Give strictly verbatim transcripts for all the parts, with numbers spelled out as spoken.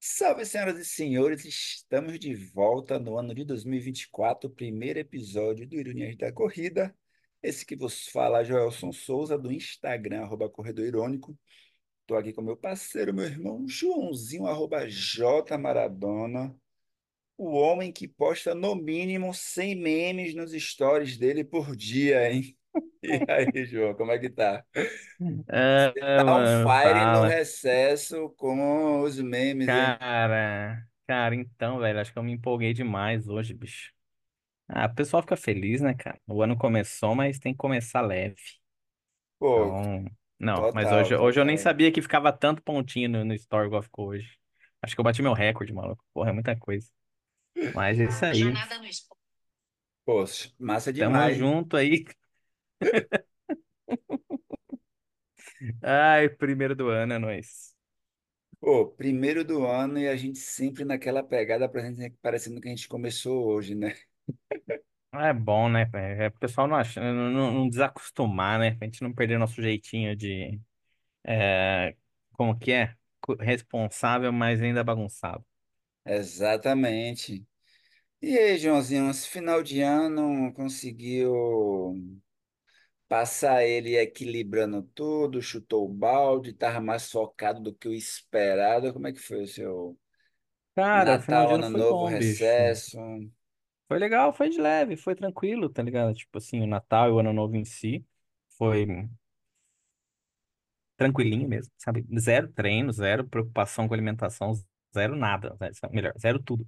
Salve, senhoras e senhores, estamos de volta no ano de dois mil e vinte e quatro, o primeiro episódio do Ironias da Corrida. Esse que vos fala, Joelson Souza, do Instagram, arroba Corredor Irônico. Estou aqui com meu parceiro, meu irmão Joãozinho, arroba J Maradona, o homem que posta no mínimo cem memes nos stories dele por dia, hein? E aí, João, como é que tá? Ah, Tá on mano, fire no fala. recesso com os memes, hein? Cara, cara, então, velho, acho que eu me empolguei demais hoje, bicho. Ah, o pessoal fica feliz, né, cara? O ano começou, mas tem que começar leve. Pô, Então, não, mas total, hoje, hoje eu nem total. sabia que ficava tanto pontinho no, no Store igual ficou hoje. Acho que eu bati meu recorde, maluco. Porra, é muita coisa. Mas é isso aí. Pô, massa Tamo demais. junto aí. Ai, primeiro do ano é nóis. Pô, primeiro do ano e a gente sempre naquela pegada pra gente parecendo que a gente começou hoje, né? É bom, né, velho? É pro pessoal não, ach- não, não não desacostumar, né? Pra gente não perder nosso jeitinho de é, como que é? Co- Responsável, mas ainda bagunçado. Exatamente. E aí, Joãozinho, esse final de ano conseguiu passar ele equilibrando tudo, chutou o balde, tava mais focado do que o esperado. Como é que foi o seu Cara, o final Natal, de ano Ano foi Novo, bom, bicho. recesso? Foi legal, foi de leve, foi tranquilo, tá ligado? Tipo assim, o Natal e o Ano Novo em si foi tranquilinho mesmo, sabe? Zero treino, zero preocupação com alimentação, zero nada, né? Melhor, zero tudo.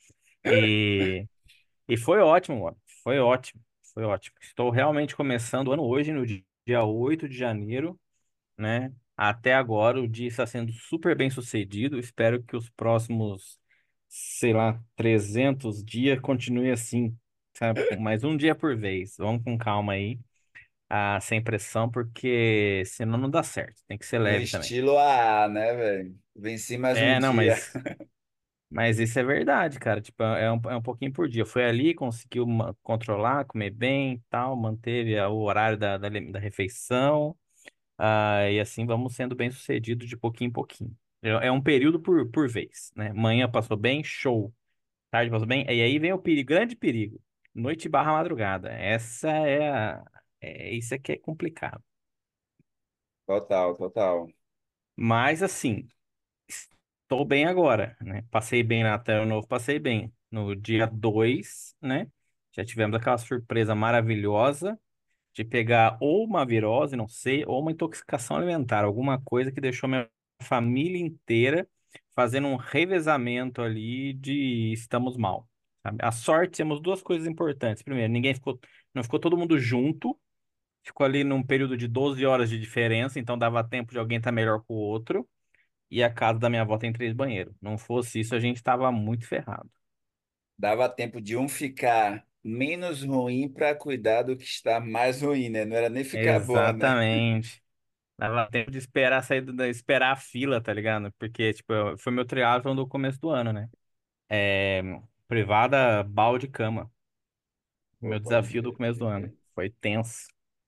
E, e foi ótimo, mano. Foi ótimo, foi ótimo. Estou realmente começando o ano hoje, no di- dia oito de janeiro, né? Até agora o dia está sendo super bem sucedido. Espero que os próximos, sei lá, trezentos dias continue assim, sabe? Com mais um dia por vez. Vamos com calma aí, ah, sem pressão, porque senão não dá certo. Tem que ser No leve também. estilo A, né, velho? Venci mais um É, não, dia. mas, mas isso é verdade, cara. Tipo, é um, é um pouquinho por dia. Foi ali, conseguiu ma- controlar, comer bem, e tal, manteve ah, o horário da, da, da refeição. Ah, e assim vamos sendo bem-sucedidos de pouquinho em pouquinho. É é um período por, por vez, né? Manhã passou bem, show. Tarde passou bem, e aí vem o perigo, grande perigo. Noite barra madrugada. Essa é a, é isso aqui é complicado. Total, total. Mas assim, estou bem agora, né? Passei bem na Tela Novo, passei bem. No dia dois, né? Já tivemos aquela surpresa maravilhosa de pegar ou uma virose, não sei, ou uma intoxicação alimentar, alguma coisa que deixou minha família inteira fazendo um revezamento ali de estamos mal, sabe? A sorte, temos duas coisas importantes. Primeiro, ninguém ficou, não ficou todo mundo junto, ficou ali num período de doze horas de diferença, então dava tempo de alguém estar melhor que o outro. E a casa da minha avó tem três banheiros. Não fosse isso, a gente estava muito ferrado. Dava tempo de um ficar menos ruim para cuidar do que está mais ruim, né? Não era nem ficar bom, né? Exatamente. Dava tempo de esperar sair do, da- esperar a fila, tá ligado? Porque, tipo, eu- foi meu triatlon do começo do ano, né? É, privada, balde, cama. Pô, Meu pode desafio do crer, começo pode do ano. crer. Foi tenso.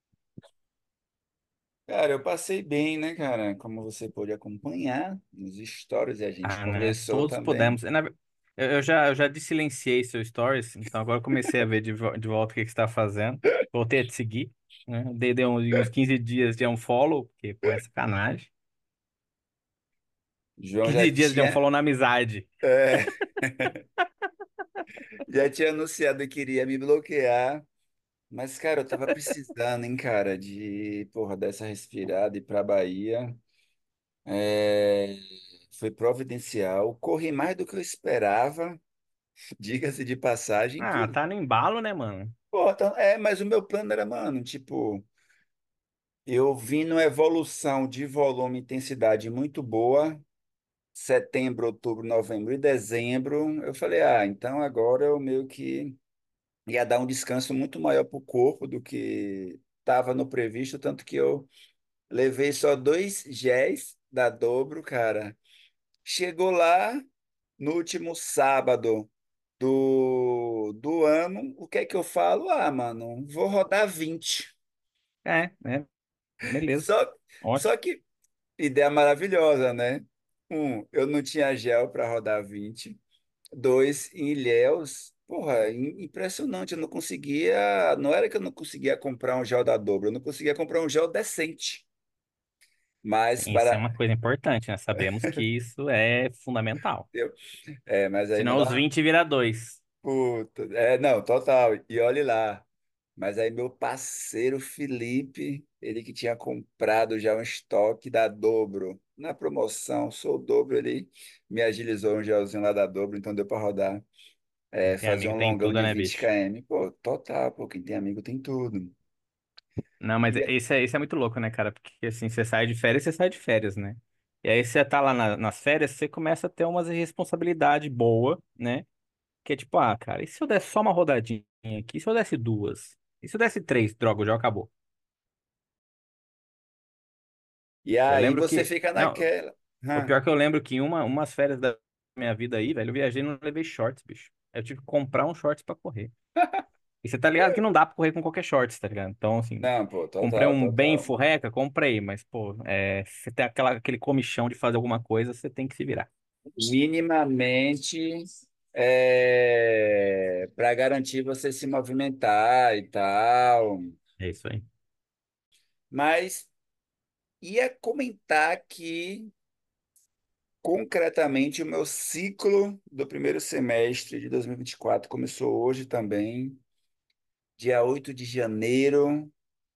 Cara, eu passei bem, né, cara? Como você pôde acompanhar nos stories e a gente Ah, né? conversou Todos também. pudemos. Na ver- Eu eu já, eu já desilenciei seu stories, então agora eu comecei a ver de, vo- de volta o que que você está fazendo. Voltei a te seguir, né? Dei, dei uns, uns quinze dias de unfollow, porque, pô, é sacanagem. João já quinze dias de tinha, unfollow na amizade. é, já tinha anunciado que iria me bloquear. Mas, cara, eu tava precisando, hein, cara, de, porra, dessa respirada e ir pra Bahia. É, foi providencial. Corri mais do que eu esperava, diga-se de passagem. Ah, Inclu- tá no embalo, né, mano? Pô, tá- é, mas o meu plano era, mano, tipo, eu vi numa evolução de volume e intensidade muito boa, setembro, outubro, novembro e dezembro. Eu falei, ah, então agora eu meio que ia dar um descanso muito maior pro corpo do que estava no previsto, tanto que eu levei só dois géis da dobro, cara. Chegou lá no último sábado do, do ano, o que é que eu falo? Ah, mano, vou rodar vinte. É, é, beleza. Só, só Ótimo. que ideia maravilhosa, né? Um, eu não tinha gel para rodar vinte. Dois, em Ilhéus, porra, im- impressionante. Eu não conseguia. Não era que eu não conseguia comprar um gel da Dobro, eu não conseguia comprar um gel decente. Mas Isso é para. uma coisa importante, né? Sabemos que isso é fundamental. Eu, é, mas aí não Senão os dá. vinte vira dois. Puta, é, não, total. E olhe lá. Mas aí meu parceiro Felipe, ele que tinha comprado já um estoque da Dobro na promoção, sou o Dobro, ele me agilizou um gelzinho lá da Dobro, então deu para rodar, é, Tem fazer amigo, um tem longão tudo, de né, vinte bicho? quilômetros. Pô, total, pô, quem tem amigo tem tudo. Não, mas E é- esse é, esse é muito louco, né, cara? Porque assim, você sai de férias, você sai de férias, né? E aí você tá lá na- nas férias, você começa a ter umas responsabilidade boa, né? Que é tipo, ah, cara, e se eu desse só uma rodadinha aqui? E se eu desse duas? E se eu desse três? Droga, o jogo acabou. e Eu aí lembro você que. fica Não, naquela. o Ah, pior é que eu lembro que em uma, umas férias da minha vida aí, velho, eu viajei e não levei shorts, bicho. Eu tive que comprar um shorts pra correr. E você tá ligado que não dá pra correr com qualquer shorts, tá ligado? Então, assim, não, pô, comprei total, um bem total. furreca, comprei, mas, pô, é, você tem aquela, aquele comichão de fazer alguma coisa, você tem que se virar. Minimamente é, para garantir você se movimentar e tal. É isso aí. Mas ia comentar que, concretamente, o meu ciclo do primeiro semestre de dois mil e vinte e quatro começou hoje também, dia oito de janeiro.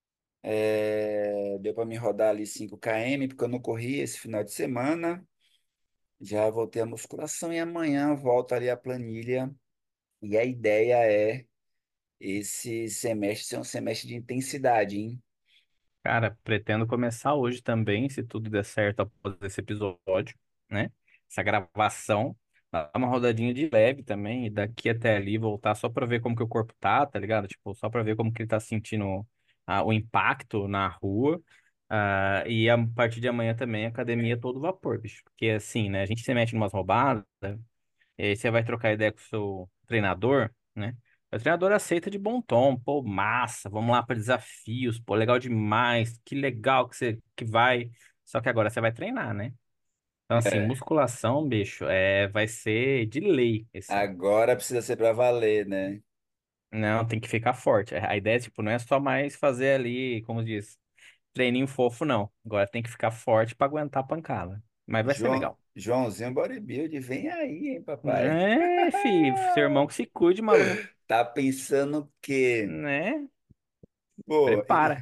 É, deu para me rodar ali cinco quilômetros, porque eu não corri esse final de semana. Já voltei à musculação e amanhã volto ali à planilha. E a ideia é esse semestre ser um semestre de intensidade, hein? Cara, pretendo começar hoje também, se tudo der certo após esse episódio, né? Essa gravação, dar uma rodadinha de leve também, e daqui até ali voltar só pra ver como que o corpo tá, tá ligado? Tipo, só pra ver como que ele tá sentindo ah, o impacto na rua. Ah, e a partir de amanhã também, academia todo vapor, bicho. Porque assim, né? A gente se mete em umas roubadas. E aí você vai trocar ideia com o seu treinador, né? O treinador aceita de bom tom, pô, massa, vamos lá para desafios, pô, legal demais, que legal que você que vai. Só que agora você vai treinar, né? Então, assim, É, musculação, bicho, é, vai ser de lei esse ano. agora precisa ser para valer, né? Não, tem que ficar forte. A ideia, tipo, não é só mais fazer ali, como diz, treininho fofo, não. Agora tem que ficar forte para aguentar a pancada. Mas vai ser João, legal. Joãozinho Bodybuild, vem aí, hein, papai? É, filho, seu irmão que se cuide, maluco. Tá pensando que, Né? pô, e- Prepara.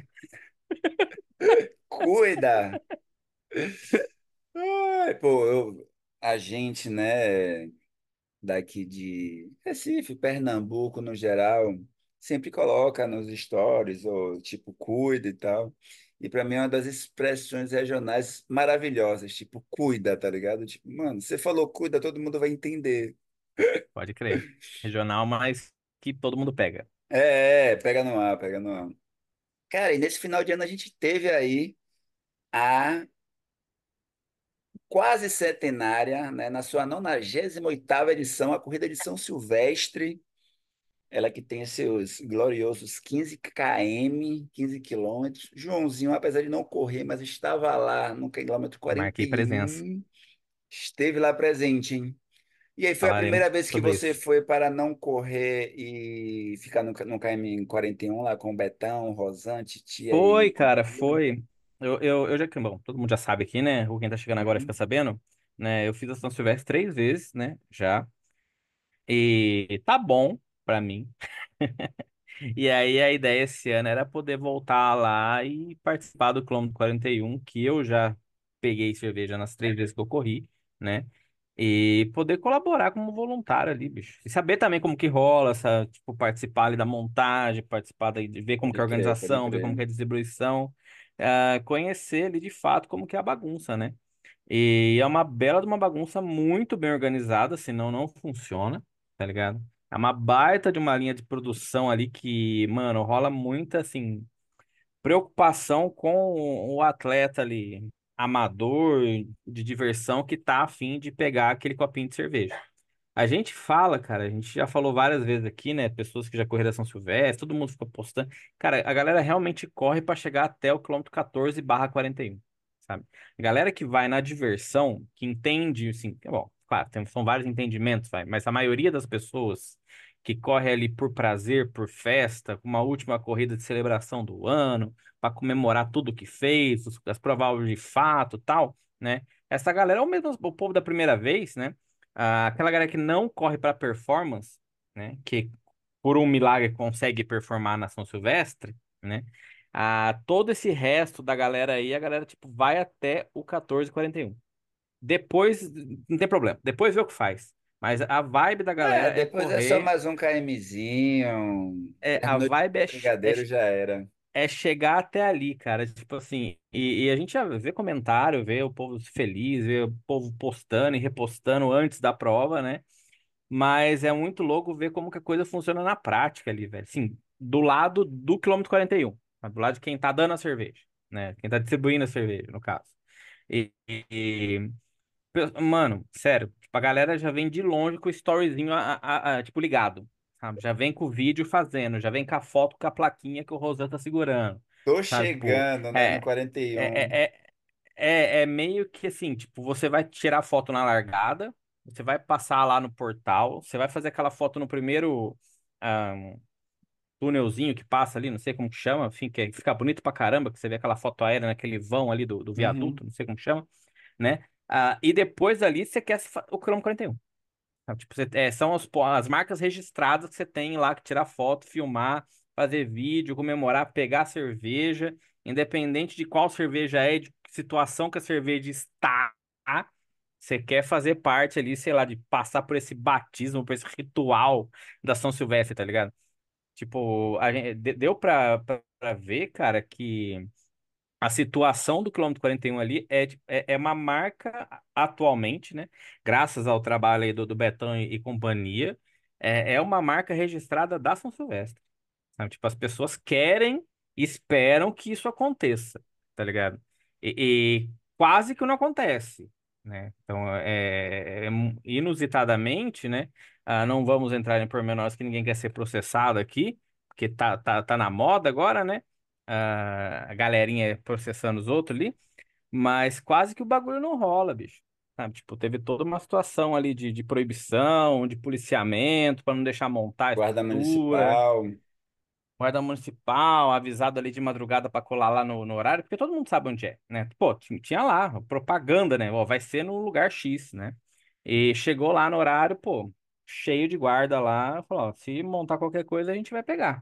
cuida. Ai, pô, eu, a gente, né, daqui de Recife, Pernambuco no geral, sempre coloca nos stories, ou tipo, cuida e tal. E para mim é uma das expressões regionais maravilhosas, tipo, cuida, tá ligado? Tipo, mano, você falou cuida, todo mundo vai entender. Pode crer. Regional, mas que todo mundo pega. É, é, pega no ar, pega no ar. Cara, e nesse final de ano a gente teve aí a quase centenária, né, na sua nonagésima oitava edição, a corrida de São Silvestre. Ela que tem seus gloriosos quinze quilômetros, quinze quilômetros. Joãozinho, apesar de não correr, mas estava lá no quilômetro quarenta Marquei e presença. um, esteve lá presente, hein? E aí, foi a Falaremos primeira vez que sobre você isso. foi para não correr e ficar no, no K M quarenta e um lá com o Betão, Rosante, Tia Foi, e cara, companhia? foi. Eu, eu, eu já, bom, todo mundo já sabe aqui, né? Ou quem tá chegando agora fica Uhum. sabendo, né? Eu fiz a São Silvestre três vezes, né? Já. E tá bom pra mim. E aí a ideia esse ano era poder voltar lá e participar do quilômetro quarenta e um, que eu já peguei cerveja nas três vezes que eu corri, né? E poder colaborar como voluntário ali, bicho. E saber também como que rola, essa, tipo, participar ali da montagem, participar da, de ver como que é Pode a crer, pode organização, ver como crer. que é a distribuição, ah, conhecer ali de fato como que é a bagunça, né? E é uma bela de uma bagunça muito bem organizada, senão não funciona, tá ligado? É uma baita de uma linha de produção ali que, mano, rola muita, assim, preocupação com o atleta ali, amador, de diversão, que tá afim de pegar aquele copinho de cerveja. A gente fala, cara, a gente já falou várias vezes aqui, né? Pessoas que já correram a São Silvestre, todo mundo ficou postando. Cara, a galera realmente corre para chegar até o quilômetro quatorze barra quarenta e um, sabe? Galera que vai na diversão, que entende, assim, é bom, claro, tem, são vários entendimentos, vai, mas a maioria das pessoas que corre ali por prazer, por festa, com uma última corrida de celebração do ano, para comemorar tudo que fez, os- as provas de fato, tal, né? Essa galera, ou mesmo o povo da primeira vez, né? Ah, aquela galera que não corre para performance, né? Que por um milagre consegue performar na São Silvestre, né? Ah, todo esse resto da galera aí, a galera tipo vai até o quatorze e quarenta e um. Depois, não tem problema. Depois vê o que faz. Mas a vibe da É, galera é depois é só correr, mais um KMzinho, é, a terminou de vibe comer é, che- é, brigadeiro, já era. é chegar até ali, cara. Tipo assim, e, e a gente já vê comentário, vê o povo feliz, vê o povo postando e repostando antes da prova, né? Mas é muito louco ver como que a coisa funciona na prática ali, velho. Sim, do lado do quilômetro quarenta e um, tá? Do lado de quem tá dando a cerveja, né? Quem tá distribuindo a cerveja, no caso. E, e- e- pe- mano, sério, tipo, a galera já vem de longe com o storyzinho, a, a- a- tipo, ligado, sabe? Já vem com o vídeo fazendo, já vem com a foto com a plaquinha que o Rosan tá segurando, Tô sabe? Tipo, chegando, né, no é, quarenta e um. é, é, é, é meio que assim, tipo, você vai tirar foto na largada, você vai passar lá no portal, você vai fazer aquela foto no primeiro ah, túnelzinho que passa ali, não sei como que chama, enfim, que fica bonito pra caramba, que você vê aquela foto aérea naquele vão ali do, do Uhum. viaduto, não sei como que chama, né? Ah, e depois ali você quer se fa- o Chrome quarenta e um. Sabe? Tipo, você- é, são as, po- as marcas registradas que você tem lá que tirar foto, filmar, fazer vídeo, comemorar, pegar cerveja, independente de qual cerveja é, de que situação que a cerveja está, você quer fazer parte ali, sei lá, de passar por esse batismo, por esse ritual da São Silvestre, tá ligado? Tipo, a gente, de- deu pra, pra, pra ver, cara, que a situação do quilômetro quarenta e um ali é, de- é, é uma marca atualmente, né? Graças ao trabalho aí do, do Betão e, e companhia, é, é uma marca registrada da São Silvestre, sabe? Tipo, as pessoas querem, esperam que isso aconteça, tá ligado? E, e quase que não acontece, né? Então, é, é inusitadamente, né? Ah, não vamos entrar em pormenores que ninguém quer ser processado aqui, porque tá, tá, tá na moda agora, né? Ah, a galerinha processando os outros ali, mas quase que o bagulho não rola, bicho. Sabe? Tipo, teve toda uma situação ali de, de proibição, de policiamento, para não deixar montar a Guarda estrutura, municipal. guarda municipal, avisado ali de madrugada para colar lá no, no horário, porque todo mundo sabe onde é, né? Pô, ti- tinha lá, propaganda, né? Ó, vai ser no lugar X, né? E chegou lá no horário, pô, cheio de guarda lá, falou, ó, se montar qualquer coisa a gente vai pegar.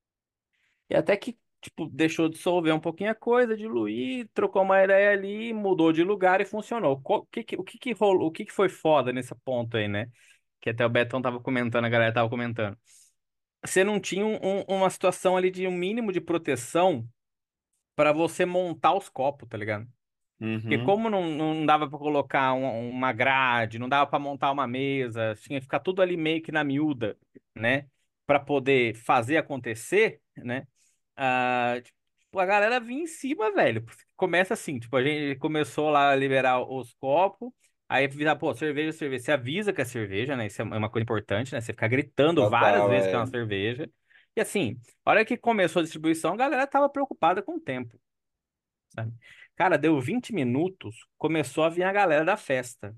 E até que, tipo, deixou dissolver um pouquinho a coisa, diluir, trocou uma ideia ali, mudou de lugar e funcionou. Co- O que que, o que que rolou, o que que foi foda nesse ponto aí, né? Que até o Betão tava comentando, a galera tava comentando. Você não tinha um- um- uma situação ali de um mínimo de proteção para você montar os copos, tá ligado? Porque Uhum. como não, não dava para colocar um- uma grade, não dava para montar uma mesa, tinha que ficar tudo ali meio que na miúda, né? Para poder fazer acontecer, né? Ah, tipo, a galera vinha em cima, velho. Começa assim, tipo, a gente começou lá a liberar os copos, aí avisa, pô, cerveja, cerveja. Você avisa que é cerveja, né? Isso é uma coisa importante, né? Você ficar gritando várias Total, vezes que é uma é. cerveja. E assim, a hora que começou a distribuição, a galera tava preocupada com o tempo, sabe? Cara, deu vinte minutos, começou a vir a galera da festa.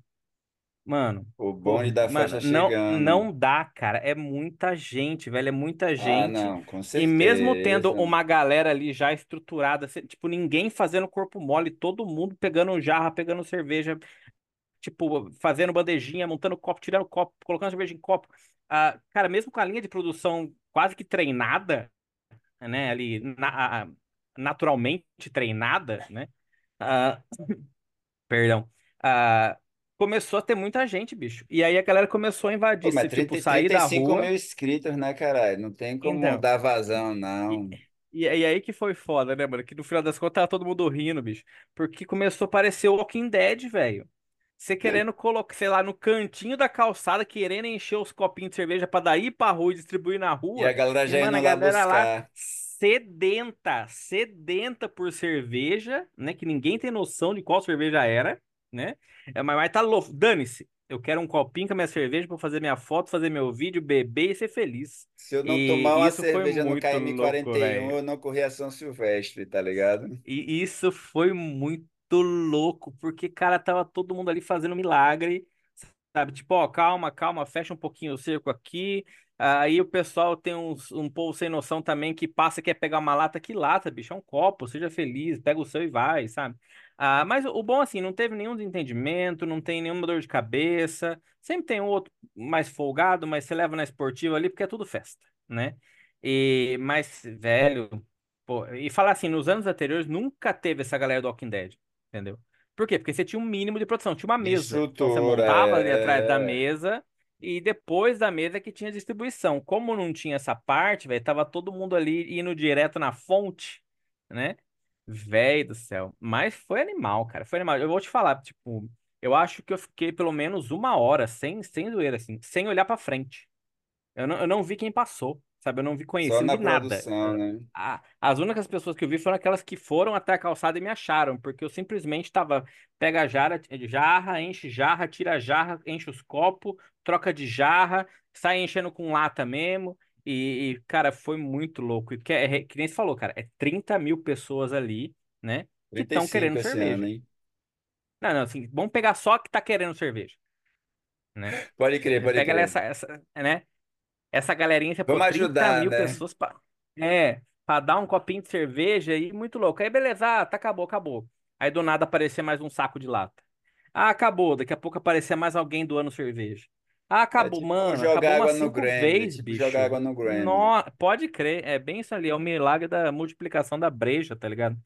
Mano, O pô, bonde da mano, festa não, chegando. não dá, cara. É muita gente, velho, é muita Ah, gente. não, com E mesmo tendo certeza. uma galera ali já estruturada, cê- tipo, ninguém fazendo corpo mole, todo mundo pegando jarra, pegando cerveja, tipo, fazendo bandejinha, montando copo, tirando copo, colocando cerveja em copo. Ah, cara, mesmo com a linha de produção quase que treinada, né, ali, na- a- naturalmente treinada, né? Ah, perdão. Ah, começou a ter muita gente, bicho. E aí a galera começou a Pô, invadir, mas se, tipo, trinta, sair trinta e da cinco rua. mil inscritos, né, caralho? Não tem como Então, dar vazão, e, não. e, e aí que foi foda, né, mano? Que no final das contas tava todo mundo rindo, bicho. Porque começou a parecer o Walking Dead, velho. Você querendo colocar, sei lá, no cantinho da calçada, querendo encher os copinhos de cerveja pra daí ir pra rua e distribuir na E a rua. galera E, já mano, indo a lá galera lá buscar. sedenta, sedenta por cerveja, né? Que ninguém tem noção de qual cerveja era, né? É, mas, mas tá louco. Dane-se. Eu quero um copinho com a minha cerveja pra fazer minha foto, fazer meu vídeo, beber e ser feliz. Se eu não E tomar uma isso foi cerveja no muito km louco, um, velho. eu não corri a São Silvestre, tá ligado? E isso foi muito louco, porque, cara, tava todo mundo ali fazendo milagre, sabe? Tipo, ó, calma, calma, fecha um pouquinho o cerco aqui. Aí o pessoal tem uns, um povo sem noção também que passa e quer pegar uma lata. Que lata, bicho? É um copo, seja feliz, pega o seu e vai, sabe? Ah, mas o o bom, assim, não teve nenhum desentendimento, não tem nenhuma dor de cabeça. Sempre tem um outro mais folgado, mas você leva na esportiva ali porque é tudo festa, né? E, mas, velho, pô, e falar assim, nos anos anteriores nunca teve essa galera do Walking Dead, entendeu? Por quê? Porque você tinha um mínimo de produção, tinha uma De mesa. Então você estrutura, montava ali atrás da é, é, mesa e depois da mesa que tinha distribuição. Como não tinha essa parte, velho, tava todo mundo ali indo direto na fonte, né? Velho do céu. Mas foi animal, cara. Foi animal. Eu vou te falar, tipo, eu acho que eu fiquei pelo menos uma hora sem, sem zoeira, assim, sem olhar pra frente. Eu não, eu não vi quem passou, sabe? Eu não vi só conhecido, não na vi nada. produção, né? A- as únicas pessoas que eu vi foram aquelas que foram até a calçada e me acharam, porque eu simplesmente tava, pega a jarra, jarra, enche jarra, tira a jarra, enche os copos, troca de jarra, sai enchendo com lata mesmo. E, e, cara, foi muito louco. E que, é, que nem você falou, cara, é trinta mil pessoas ali, né, que trinta e estão cinco querendo esse ano, cerveja. hein? Não, não, assim, vamos pegar só que tá querendo cerveja, né? Pode crer, pode Pega crer. essa, essa, né? Essa galerinha, pô, Vamos trinta ajudar, mil né? pessoas pra, é, pra dar um copinho de cerveja e muito louco. Aí beleza, ah, tá, acabou, acabou. Aí do nada aparecer mais um saco de lata. Ah, acabou. Daqui a pouco aparecer mais alguém doando cerveja. Ah, É acabou, tipo mano. Acabou jogar umas água no cinco Gremlin, vezes, tipo jogar bicho. água no Gremlin. Nó, pode crer. É bem isso ali. É o milagre da multiplicação da breja, tá ligado?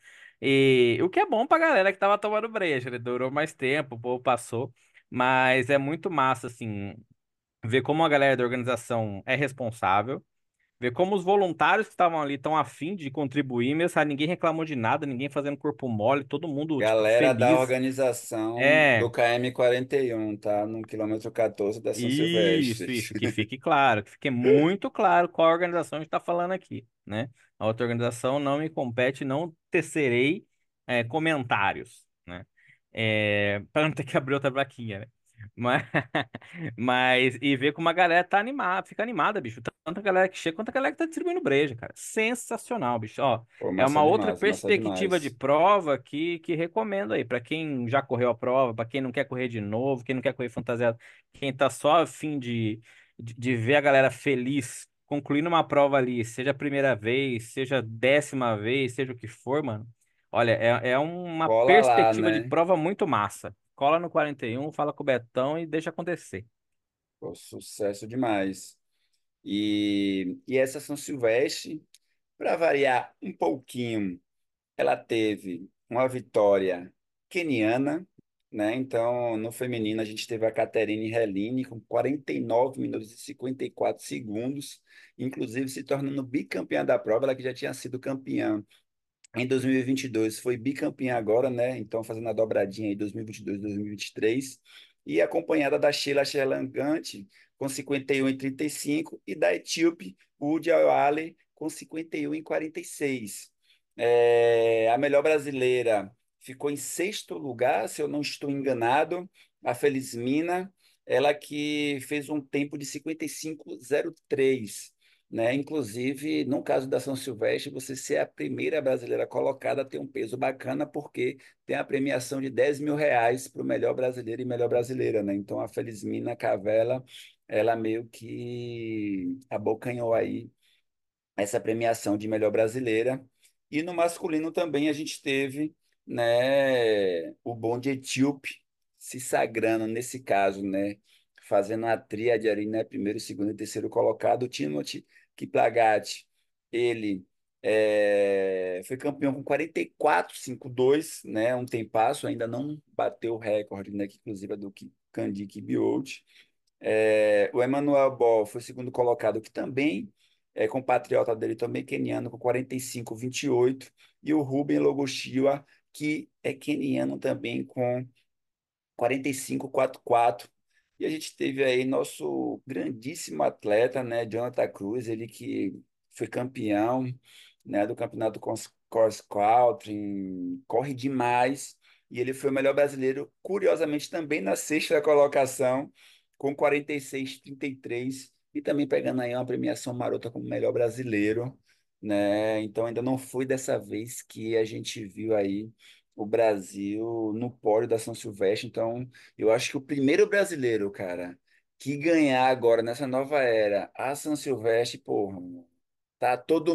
E o que é bom pra galera que tava tomando breja, né? Durou mais tempo, o povo passou. Mas é muito massa, assim, ver como a galera da organização é responsável, ver como os voluntários que estavam ali estão afim de contribuir, mesmo, sabe? Ninguém reclamou de nada, ninguém fazendo corpo mole, todo mundo, tipo, Galera da feliz. organização do É, K M quarenta e um, tá? No quilômetro quatorze da São Silvestre. isso, isso, que fique claro, que fique muito claro qual organização a gente está falando aqui, né? A outra organização não me compete, não tecerei é, comentários, né? É, para não ter que abrir outra plaquinha, né? Mas, mas, e ver como a galera tá animada, fica animada, bicho. Tanto a galera que chega quanto a galera que tá distribuindo breja, cara. Sensacional, bicho. Ó, Pô, é massa uma outra demais, massa perspectiva de demais. prova que, que recomendo aí, para quem já correu a prova, para quem não quer correr de novo, quem não quer correr fantasiado, quem tá só a fim de, de, de ver a galera feliz concluindo uma prova ali, seja a primeira vez, seja a décima vez, seja o que for, mano. Olha, é, é uma Cola lá, perspectiva de né? prova muito massa. Cola no quarenta e um, fala com o Betão e deixa acontecer. Pô, sucesso demais. E, e essa São Silvestre, para variar um pouquinho, ela teve uma vitória queniana, né? Então, no feminino, a gente teve a Caterine Helene com quarenta e nove minutos e cinquenta e quatro segundos, inclusive se tornando bicampeã da prova, ela que já tinha sido campeã em dois mil e vinte e dois, foi bicampeã agora, né? Então, fazendo a dobradinha aí dois mil e vinte e dois, dois mil e vinte e três, e acompanhada da Sheila Sherlangante com cinquenta e um e trinta e cinco e da etíope Udi Awale com cinquenta e um e quarenta e seis. É, a melhor brasileira ficou em sexto lugar, se eu não estou enganado, a Felizmina, ela que fez um tempo de cinquenta e cinco e zero três, né? Inclusive, no caso da São Silvestre, você ser a primeira brasileira colocada tem um peso bacana, porque tem a premiação de dez mil reais para o melhor brasileiro e melhor brasileira, né? Então, a Felizmina Cavela, ela meio que abocanhou aí essa premiação de melhor brasileira. E no masculino também a gente teve, né, o bonde etíope se sagrando, nesse caso, né, fazendo a tríade ali, né, primeiro, segundo e terceiro colocado. O Timothy Kiplagat, ele é, foi campeão com quarenta e quatro vírgula cinquenta e dois, né, um tempasso, ainda não bateu o recorde, né, que inclusive é do Ki- Kandi Kibiold. É, o Emmanuel Ball foi segundo colocado, que também é compatriota dele, também queniano, com quarenta e cinco vírgula vinte e oito. E cinco vinte e oito. E o Ruben Logoshiwa, que é queniano também, com quarenta e cinco vírgula quarenta e quatro. E a gente teve aí nosso grandíssimo atleta, né, Jonathan Cruz, ele que foi campeão, né, do campeonato cross cross country, corre demais, e ele foi o melhor brasileiro, curiosamente também na sexta colocação, com quarenta e seis vírgula trinta e três, e também pegando aí uma premiação marota como melhor brasileiro, né? Então ainda não foi dessa vez que a gente viu aí o Brasil no pódio da São Silvestre. Então, eu acho que o primeiro brasileiro, cara, que ganhar agora nessa nova era a São Silvestre, porra, tá todo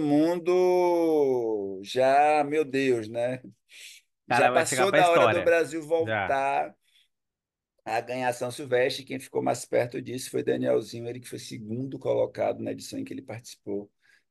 mundo já, meu Deus, né? Já Cara, vai chegar passou pra da hora do história. Brasil Já. voltar a ganhar São Silvestre. Quem ficou mais perto disso foi Danielzinho, ele que foi segundo colocado na edição em que ele participou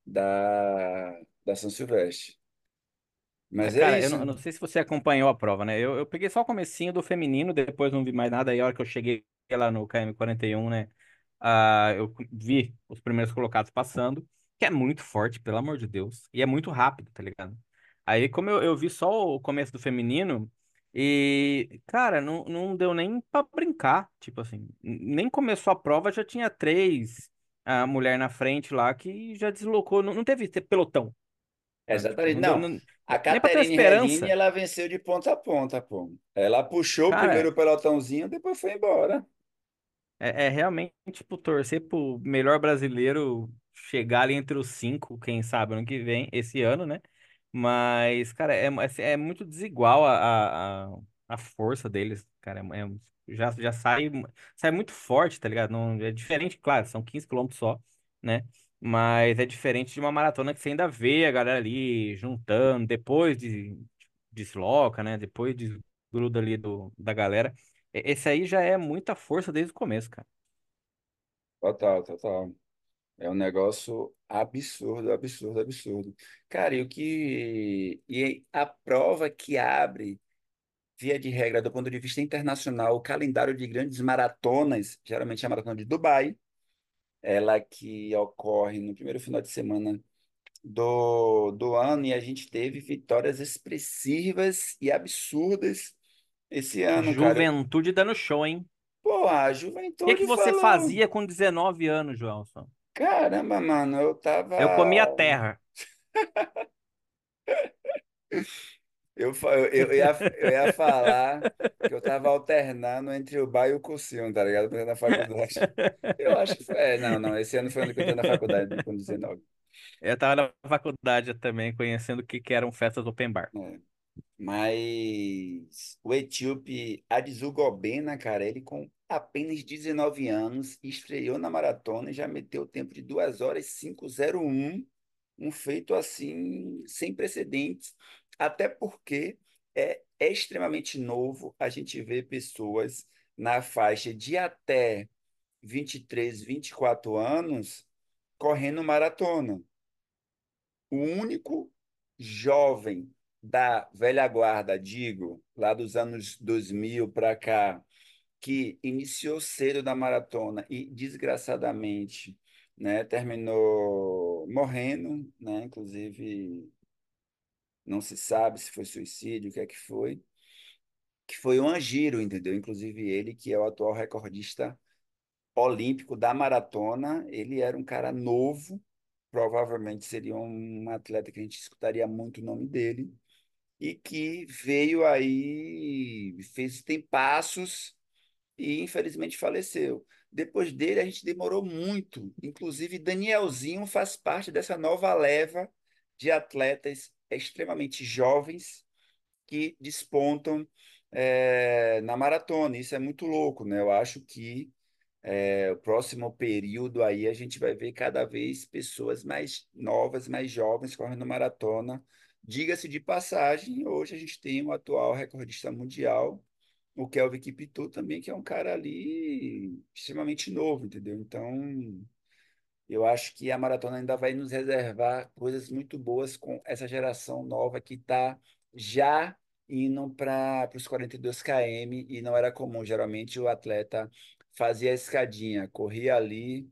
da, da São Silvestre. É, Mas é cara, eu isso. não, eu não sei se você acompanhou a prova, né? Eu, eu peguei só o comecinho do feminino, depois não vi mais nada. Aí a hora que eu cheguei lá no K M quarenta e um, né? Ah, eu vi os primeiros colocados passando, que é muito forte, pelo amor de Deus. E é muito rápido, tá ligado? Aí, como eu, eu vi só o começo do feminino, e, cara, não, não deu nem pra brincar. Tipo assim, nem começou a prova, já tinha três a mulher na frente lá que já deslocou. Não, não teve pelotão, sabe? Tipo, Exatamente. não deu. Não, Não- a nem pra ter uma Caterine Relini, esperança. ela venceu de ponta a ponta, pô. Ela puxou o Cara, primeiro pelotãozinho, depois foi embora. é, é realmente, tipo, torcer pro melhor brasileiro chegar ali entre os cinco, quem sabe, ano que vem, esse ano, né? Mas, cara, é, é, é muito desigual a, a, a a força deles, cara. É, é- já, já sai, sai muito forte, tá ligado? Não, é diferente, claro, são quinze quilômetros só, né? Mas é diferente de uma maratona que você ainda vê a galera ali juntando, depois de desloca, né? Depois desgruda ali do, da galera. E- Esse aí já é muita força desde o começo, cara. Total, total. É um negócio absurdo, absurdo, absurdo. Cara, e o que. E a prova que abre, via de regra, do ponto de vista internacional, o calendário de grandes maratonas, geralmente é a maratona de Dubai, ela que ocorre no primeiro final de semana do, do ano, e a gente teve vitórias expressivas e absurdas esse ano, cara. Eu- Juventude dando show, hein? Pô, a O que que juventude você falou. fazia com dezenove anos, Joelson? Caramba, mano, eu tava. Eu comia terra. Eu, fa- eu, eu, ia, eu ia falar que eu tava alternando entre o bar e o cursinho, tá ligado? Pra entrar na faculdade. Eu acho que foi. É, não, não. Esse ano foi o ano que eu entrei na faculdade, com dezenove. Eu tava na faculdade também, conhecendo o que que eram festas open bar. É. Mas o etíope Adizu Gobena, cara, ele com apenas dezenove anos estreou na maratona e já meteu o tempo de duas horas e cinco zero um, um feito assim sem precedentes, até porque é, é extremamente novo a gente vê pessoas na faixa de até vinte e três, vinte e quatro anos correndo maratona. O único jovem da velha guarda, digo, lá dos anos dois mil para cá, que iniciou cedo da maratona e, desgraçadamente, né, terminou morrendo, né, inclusive não se sabe se foi suicídio, o que é que foi, que foi o Angiro, entendeu? Inclusive ele, que é o atual recordista olímpico da maratona, ele era um cara novo, provavelmente seria um atleta que a gente escutaria muito o nome dele, e que veio aí, fez tem passos e infelizmente faleceu. Depois dele, a gente demorou muito. Inclusive, Danielzinho faz parte dessa nova leva de atletas extremamente jovens que despontam eh, na maratona. Isso é muito louco, né? Eu acho que é, o próximo período aí a gente vai ver cada vez pessoas mais novas, mais jovens correndo maratona. Diga-se de passagem, hoje a gente tem o atual recordista mundial, o Kelvin Kiptoum também, que é um cara ali extremamente novo, entendeu? Então, eu acho que a maratona ainda vai nos reservar coisas muito boas com essa geração nova que está já indo para os quarenta e dois quilômetros e não era comum. Geralmente o atleta fazia a escadinha, corria ali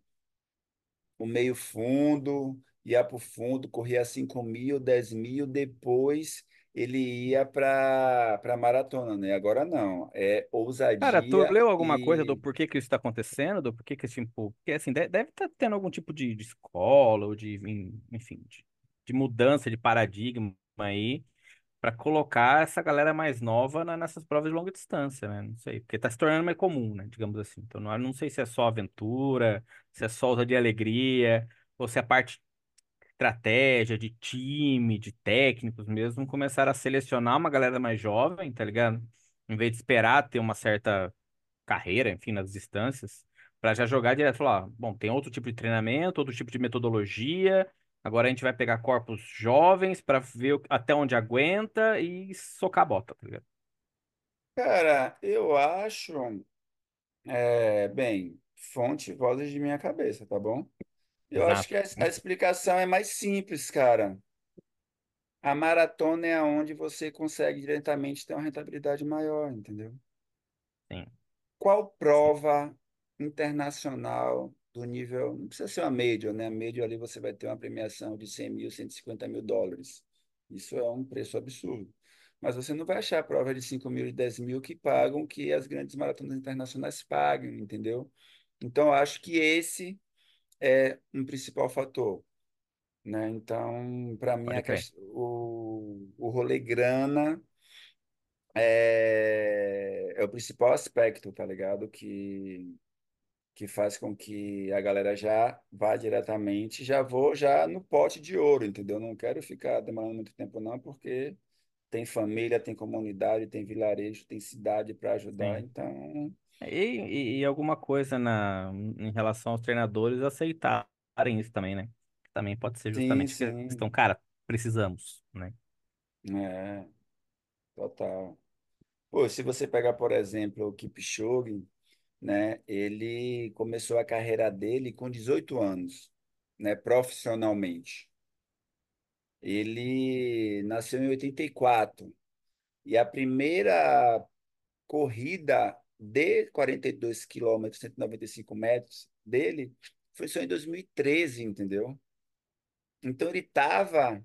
o meio fundo, ia para o fundo, corria cinco mil, dez mil, depois ele ia para para maratona, né? Agora não, é Cara, tu ousadia leu alguma coisa do e porquê que isso está acontecendo? Do porquê que, tipo, porque assim, de- deve estar tendo algum tipo de, de escola ou de, en- enfim, de, de mudança de paradigma aí para colocar essa galera mais nova na- nessas provas de longa distância, né? Não sei, porque tá se tornando mais comum, né? Digamos assim. Então, não, não sei se é só aventura, se é só ousadia e alegria, ou se a parte estratégia, de time, de técnicos mesmo, começaram a selecionar uma galera mais jovem, tá ligado? Em vez de esperar ter uma certa carreira, enfim, nas distâncias, para já jogar direto, falar, ó, bom, tem outro tipo de treinamento, outro tipo de metodologia. Agora a gente vai pegar corpos jovens para ver o- até onde aguenta e socar a bota, tá ligado? Cara, eu acho, é, bem, fonte, vozes de minha cabeça, tá bom? Eu acho que Exato. a, a explicação é mais simples, cara. A maratona é onde você consegue diretamente ter uma rentabilidade maior, entendeu? Sim, Qual sim, prova internacional do nível, não precisa ser uma major, né? A major ali você vai ter uma premiação de cem mil, cento e cinquenta mil dólares. Isso é um preço absurdo. Mas você não vai achar prova de cinco mil e dez mil que pagam que as grandes maratonas internacionais pagam, entendeu? Então, eu acho que esse é um principal fator, né? Então, para mim, a pode crer. quest- o, o rolê grana é, é o principal aspecto, tá ligado? Que que faz com que a galera já vá diretamente, já vou já no pote de ouro, entendeu? Não quero ficar demorando muito tempo não, porque tem família, tem comunidade, tem vilarejo, tem cidade para ajudar, Sim. então, E, e, e alguma coisa na, em relação aos treinadores aceitarem isso também, né? Também pode ser sim, justamente a sim, questão, cara, precisamos, né? é, total. Pô, se você pegar, por exemplo, o Kipchoge, né, ele começou a carreira dele com dezoito anos, né, profissionalmente. Ele nasceu em oitenta e quatro e a primeira corrida de quarenta e dois quilômetros, cento e noventa e cinco metros dele, foi só em dois mil e treze, entendeu? Então ele estava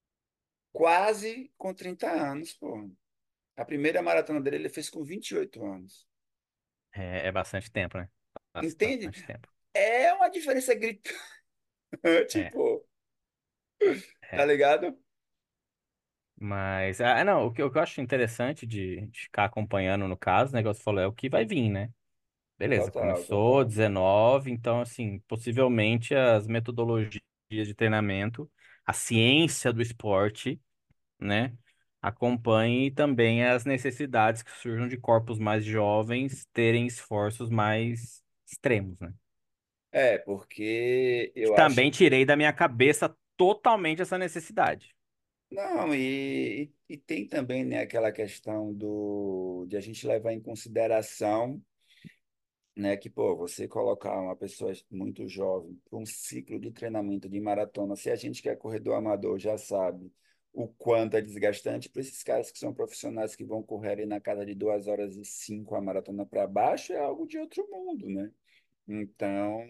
quase com trinta anos, pô. A primeira maratona dele ele fez com vinte e oito anos. É, é bastante tempo, né? Entende? Bastante tempo. É uma diferença gritante, É, pô. Tá é. ligado? Mas, ah, não, o que, o que eu acho interessante de, de ficar acompanhando no caso, né, que você falou, é o que vai vir, né? Beleza, Total, começou total. dezenove, então, assim, possivelmente as metodologias de treinamento, a ciência do esporte, né, acompanhe também as necessidades que surjam de corpos mais jovens terem esforços mais extremos, né? É, porque Que eu acho também tirei da minha cabeça totalmente essa necessidade. não, e, e tem também, né, aquela questão do de a gente levar em consideração, né, que, pô, você colocar uma pessoa muito jovem para um ciclo de treinamento de maratona, se a gente que é corredor amador já sabe o quanto é desgastante, para esses caras que são profissionais que vão correr ali na casa de duas horas e cinco a maratona para baixo, é algo de outro mundo, né? Então,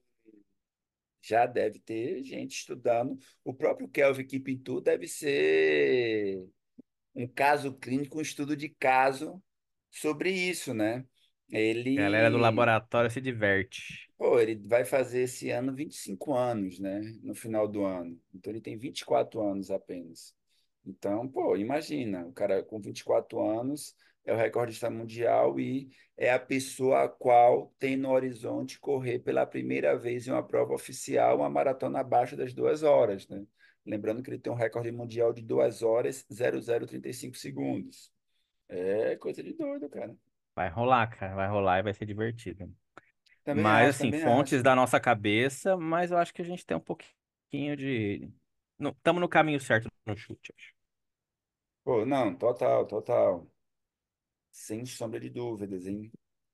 já deve ter gente estudando. O próprio Kelvin Kiptum deve ser um caso clínico, um estudo de caso sobre isso, né? A galera do Ele laboratório se diverte. Pô, ele vai fazer esse ano vinte e cinco anos, né? No final do ano. Então ele tem vinte e quatro anos apenas. Então, pô, imagina, o cara com vinte e quatro anos é o recordista mundial e é a pessoa a qual tem no horizonte correr pela primeira vez em uma prova oficial uma maratona abaixo das duas horas, né? Lembrando que ele tem um recorde mundial de duas horas, zero vírgula zero trinta e cinco segundos. É coisa de doido, cara. Vai rolar, cara, vai rolar e vai ser divertido. Também Mas, acho, assim, também fontes acho. da nossa cabeça, mas eu acho que a gente tem um pouquinho de. Estamos no caminho certo no chute, acho. Pô, não, total, total. Sem sombra de dúvidas, hein?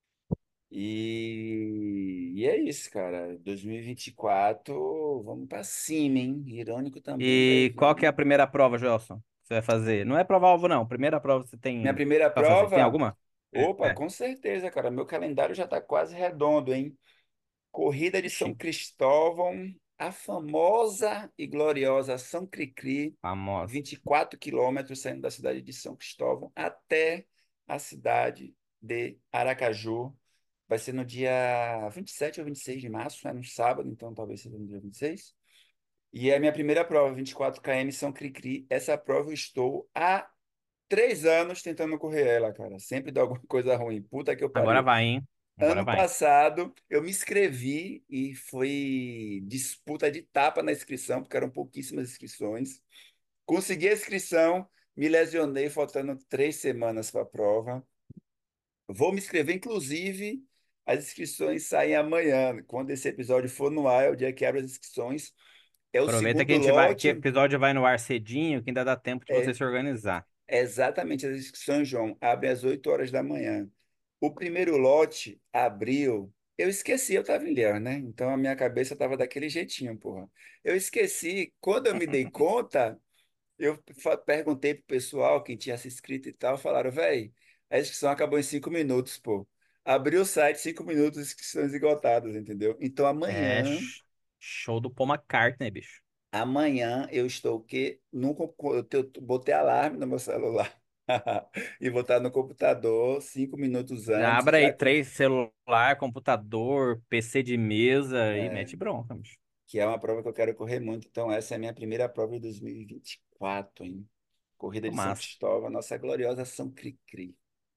E, e é isso, cara. dois mil e vinte e quatro, vamos pra cima, hein? Irônico também vai E qual que é a vir. primeira prova, Gelson, que você vai fazer? Não é prova-alvo, não. Primeira prova que você Minha tem primeira pra fazer. Tem prova? alguma? É. Opa, é. com certeza, cara. Meu calendário já tá quase redondo, hein? Corrida de São Ixi, Cristóvão, a famosa e gloriosa São Cricri, famosa. vinte e quatro quilômetros saindo da cidade de São Cristóvão até a cidade de Aracaju. Vai ser no dia vinte e sete ou vinte e seis de março, é no sábado, então talvez seja no dia vinte e seis. E é a minha primeira prova, vinte e quatro quilômetros São Cricri. Essa prova eu estou há três anos tentando correr ela, cara. Sempre dá alguma coisa ruim. Puta que eu Agora pariu. vai, hein? Agora Ano vai. passado, eu me inscrevi e foi disputa de tapa na inscrição, porque eram pouquíssimas inscrições. Consegui a inscrição, me lesionei, faltando três semanas para a prova. Vou me inscrever, inclusive, as inscrições saem amanhã. Quando esse episódio for no ar, é o dia que abre as inscrições. É o Aproveita que a segundo gente vai, que o lote. episódio vai no ar cedinho, que ainda dá tempo de você É, se organizar. é exatamente as inscrições, João. Abrem às oito horas da manhã. O primeiro lote abriu. Eu esqueci, eu estava em Ilhéus, né? Então a minha cabeça estava daquele jeitinho, porra. Eu esqueci. Quando eu me dei conta, eu fa- perguntei pro pessoal, quem tinha se inscrito e tal, falaram, véi, a inscrição acabou em cinco minutos, pô. Abriu o site, cinco minutos, inscrições esgotadas, entendeu? Então É amanhã, sh- show do Paul McCartney, bicho. amanhã eu estou o quê? No, compu- eu te- botei alarme no meu celular e vou estar no computador cinco minutos antes, Abre já aí com, três celular, computador, P C de mesa e é, mete bronca, bicho. que é uma prova que eu quero correr muito. Então essa é a minha primeira prova de dois mil e vinte e quatro, hein? Corrida Muito de São massa. Cristóvão, nossa gloriosa São Cri-Cri.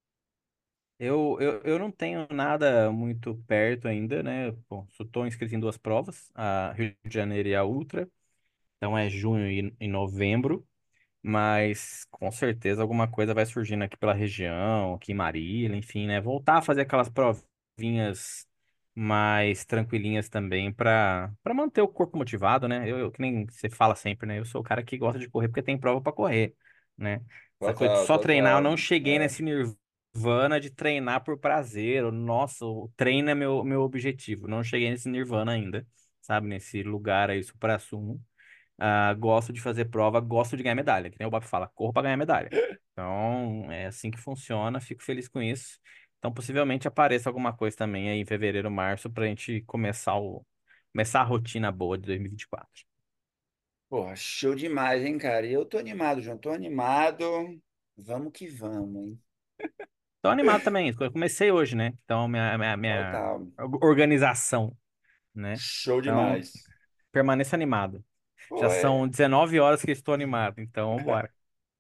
Eu, eu, eu não tenho nada muito perto ainda, né? Bom, só estou inscrito em duas provas, a Rio de Janeiro e a Ultra. Então é junho e, e novembro. Mas com certeza alguma coisa vai surgindo aqui pela região, aqui em Marília, enfim, né? Voltar a fazer aquelas provinhas mais tranquilinhas também para para manter o corpo motivado, né? Eu, eu, que nem você fala sempre, né? Eu sou o cara que gosta de correr porque tem prova para correr, né? Essa coisa de Total, só treinar, eu total. não cheguei É. nesse nirvana de treinar por prazer. ou, Nossa, o treino é meu, meu objetivo. Não cheguei nesse nirvana ainda, sabe? Nesse lugar aí, supra-sumo. Ah, gosto de fazer prova, gosto de ganhar medalha, que nem o Bob fala, corro para ganhar medalha. Então, é assim que funciona, fico feliz com isso. Então, possivelmente apareça alguma coisa também aí em fevereiro, março, pra gente começar o começar a rotina boa de dois mil e vinte e quatro. Porra, show demais, hein, cara? E eu tô animado, João, tô animado. Vamos que vamos, hein? Tô animado também, eu comecei hoje, né? Então, minha, minha, minha Total. organização, né? Show Então, demais. permaneça animado. Já Pô, são é. dezenove horas que estou animado, então, bora.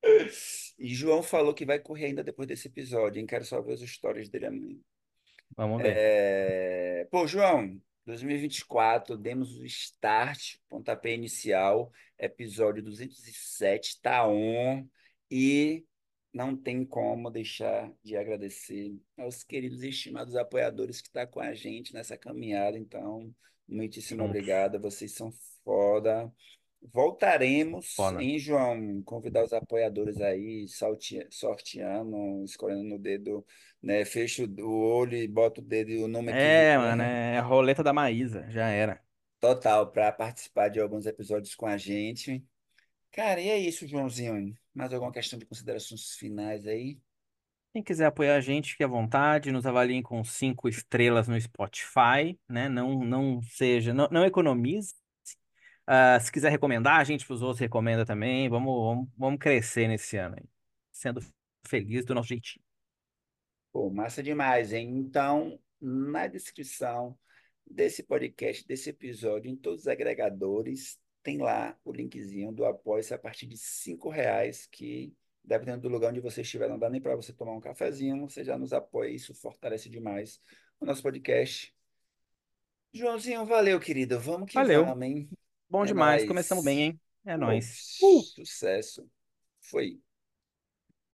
E João falou que vai correr ainda depois desse episódio, hein? Quero só ver as histórias dele amanhã. Vamos ver. É... Pô, João, dois mil e vinte e quatro, demos o start, pontapé inicial, episódio duzentos e sete, tá on, e não tem como deixar de agradecer aos queridos e estimados apoiadores que estão com a gente nessa caminhada, então, muitíssimo Juntos. obrigado, vocês são foda. Voltaremos, Foda. hein, João? Convidar os apoiadores aí, salte- sorteando, escolhendo no dedo, né? Fecha o olho e bota o dedo e o nome que vi- É, mano, é a roleta da Maísa, já era. total para participar de alguns episódios com a gente. Cara, e é isso, Joãozinho. Mais alguma questão de considerações finais aí? Quem quiser apoiar a gente, fique à vontade, nos avaliem com cinco estrelas no Spotify, né? Não, não seja, não, não economize. Ah, se quiser recomendar a gente para os outros, recomenda também. Vamos, vamos, vamos crescer nesse ano aí, sendo feliz do nosso jeitinho. Pô, massa demais, hein? Então, na descrição desse podcast, desse episódio, em todos os agregadores, tem lá o linkzinho do Apoia-se a partir de cinco reais, que dependendo do lugar onde você estiver, não dá nem para você tomar um cafezinho, você já nos apoia, isso fortalece demais o nosso podcast. Joãozinho, valeu, querido. Vamos que Valeu, vamos, hein? bom É demais, começamos bem, nóis. hein? É Pô, nóis. Uh! sucesso. Foi.